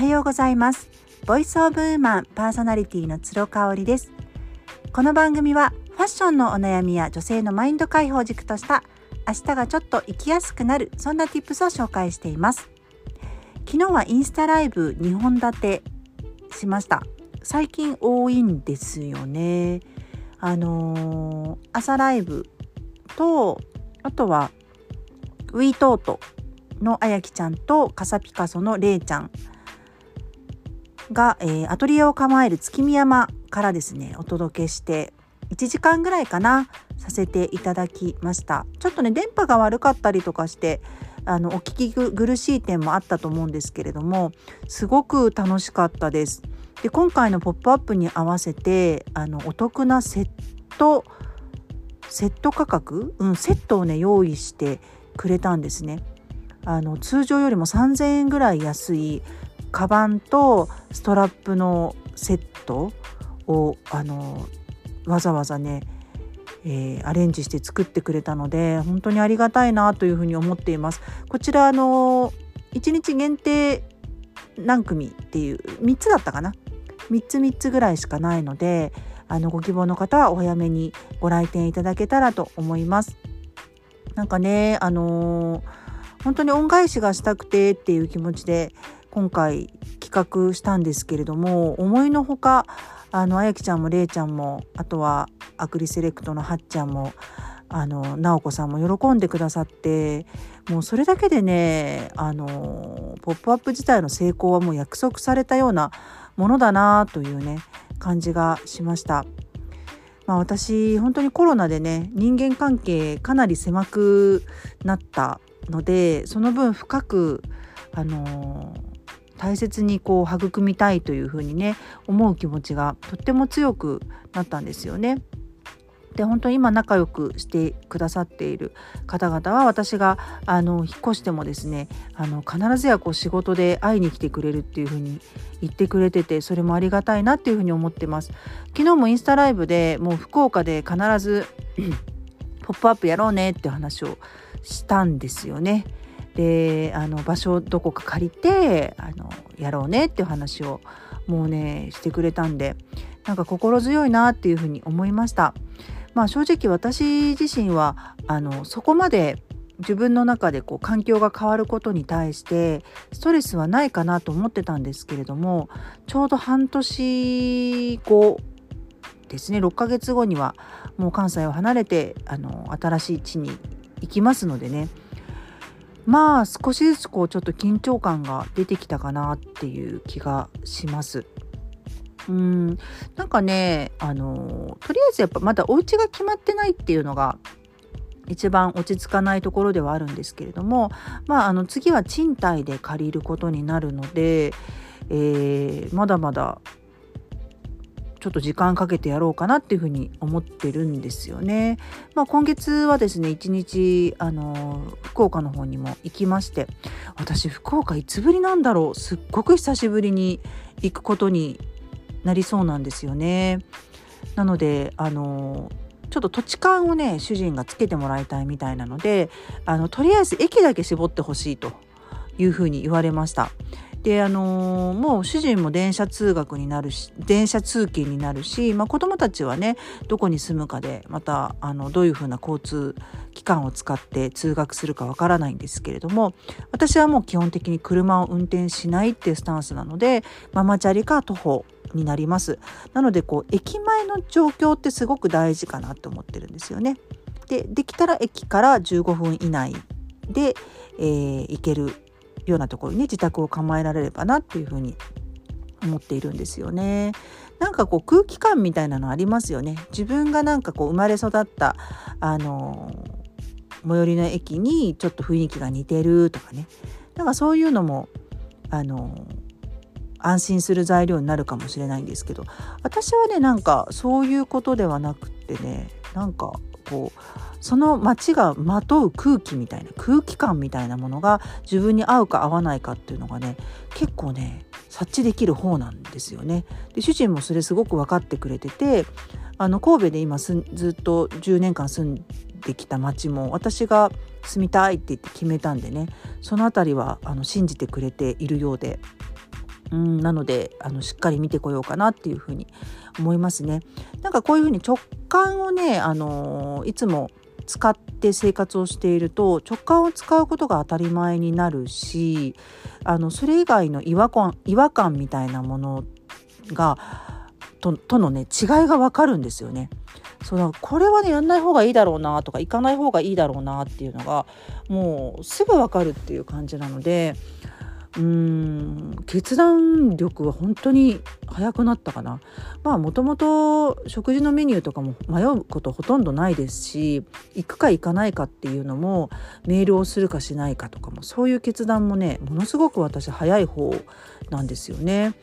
はようございます。ボイスオブウーマンパーソナリティのつろかおりです。この番組はファッションのお悩みや女性のマインド解放軸とした明日がちょっと生きやすくなる、そんな tips を紹介しています。昨日はインスタライブ2本立てしました。最近多いんですよね。朝ライブと、あとはウィートートのあやきちゃんとカサピカソのれいちゃんが、アトリエを構える月見山からですねお届けして1時間ぐらいかなさせていただきました。ちょっとね電波が悪かったりとかしてお聞き苦しい点もあったと思うんですけれども、すごく楽しかったです。で、今回のポップアップに合わせてお得なセット価格、セットをね用意してくれたんですね。通常よりも3000円ぐらい安いカバンとストラップのセットをわざわざね、アレンジして作ってくれたので本当にありがたいなというふうに思っています。こちら1日限定何組っていう3つだったかな、3つぐらいしかないのでご希望の方はお早めにご来店いただけたらと思います。なんかね本当に恩返しがしたくてっていう気持ちで今回企画したんですけれども、思いのほかあやきちゃんもれいちゃんも、あとはアクリセレクトのはっちゃんもなおこさんも喜んでくださって、もうそれだけでねポップアップ自体の成功はもう約束されたようなものだなというね感じがしました。私本当にコロナでね人間関係かなり狭くなったので、その分深く大切に育みたいというふうにね思う気持ちがとっても強くなったんですよね。で、本当に今仲良くしてくださっている方々は私が引っ越してもですね必ずや仕事で会いに来てくれるっていうふうに言ってくれてて、それもありがたいなっていうふうに思ってます。昨日もインスタライブでもう福岡で必ずポップアップやろうねっていう話をしたんですよね。で場所どこか借りてやろうねっていう話をもうねしてくれたんで、なんか心強いなっていうふうに思いました。正直私自身はそこまで自分の中で環境が変わることに対してストレスはないかなと思ってたんですけれども、ちょうど半年後ですね、6ヶ月後にはもう関西を離れて新しい地に行きますのでね、少しずつちょっと緊張感が出てきたかなっていう気がします。なんかねとりあえずやっぱまだお家が決まってないっていうのが一番落ち着かないところではあるんですけれども、次は賃貸で借りることになるので、まだまだちょっと時間かけてやろうかなっていうふうに思ってるんですよね。今月はですね1日福岡の方にも行きまして、私福岡いつぶりなんだろう、すっごく久しぶりに行くことになりそうなんですよね。なのでちょっと土地勘をね主人がつけてもらいたいみたいなのでとりあえず駅だけ絞ってほしいというふうに言われました。でもう主人も電車通勤になるし、子どもたちはねどこに住むかでまたどういうふうな交通機関を使って通学するかわからないんですけれども、私はもう基本的に車を運転しないっていうスタンスなのでママチャリか徒歩になります。なので駅前の状況ってすごく大事かなと思ってるんですよね。できたら駅から15分以内で、行けるようなところに自宅を構えられればなっていうふうに思っているんですよね。なんか空気感みたいなのありますよね。自分がなんか生まれ育った最寄りの駅にちょっと雰囲気が似てるとかね、なんかそういうのも安心する材料になるかもしれないんですけど、私はねなんかそういうことではなくってね、なんかその街がまとう空気感みたいなものが自分に合うか合わないかっていうのがね結構ね察知できる方なんですよね。で主人もそれすごく分かってくれてて、神戸で今ずっと10年間住んできた街も私が住みたいって言って決めたんでね、そのあたりは信じてくれているようで、 なのでしっかり見てこようかなっていうふうに思いますね。なんかこういうふうに直感をね、いつも使って生活をしていると直感を使うことが当たり前になるし、それ以外の違和感みたいなものがとのね違いが分かるんですよね。そうだ、これはねやんない方がいいだろうなとか行かない方がいいだろうなっていうのがもうすぐ分かるっていう感じなので、決断力は本当に早くなったかな。もともと食事のメニューとかも迷うことほとんどないですし、行くか行かないかっていうのもメールをするかしないかとかも、そういう決断もねものすごく私早い方なんですよね。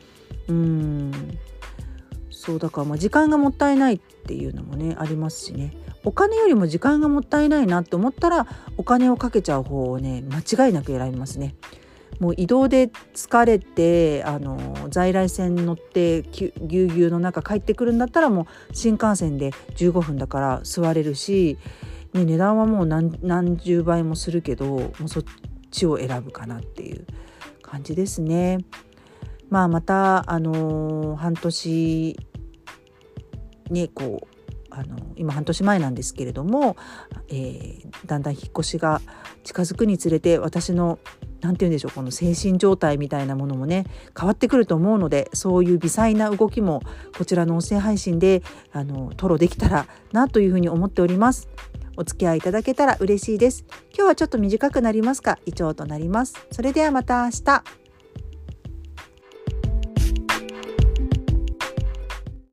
そうだから時間がもったいないっていうのもねありますしね。お金よりも時間がもったいないなって思ったらお金をかけちゃう方をね間違いなく選びますね。もう移動で疲れて在来線乗ってぎゅうぎゅうの中帰ってくるんだったらもう新幹線で15分だから座れるし、ね、値段はもう何十倍もするけどもうそっちを選ぶかなっていう感じですね。また半年ね今半年前なんですけれども、だんだん引っ越しが近づくにつれて私のなんて言うんでしょう、この精神状態みたいなものもね変わってくると思うので、そういう微細な動きもこちらの音声配信で吐露できたらなというふうに思っております。お付き合いいただけたら嬉しいです。今日はちょっと短くなりますが以上となります。それではまた明日。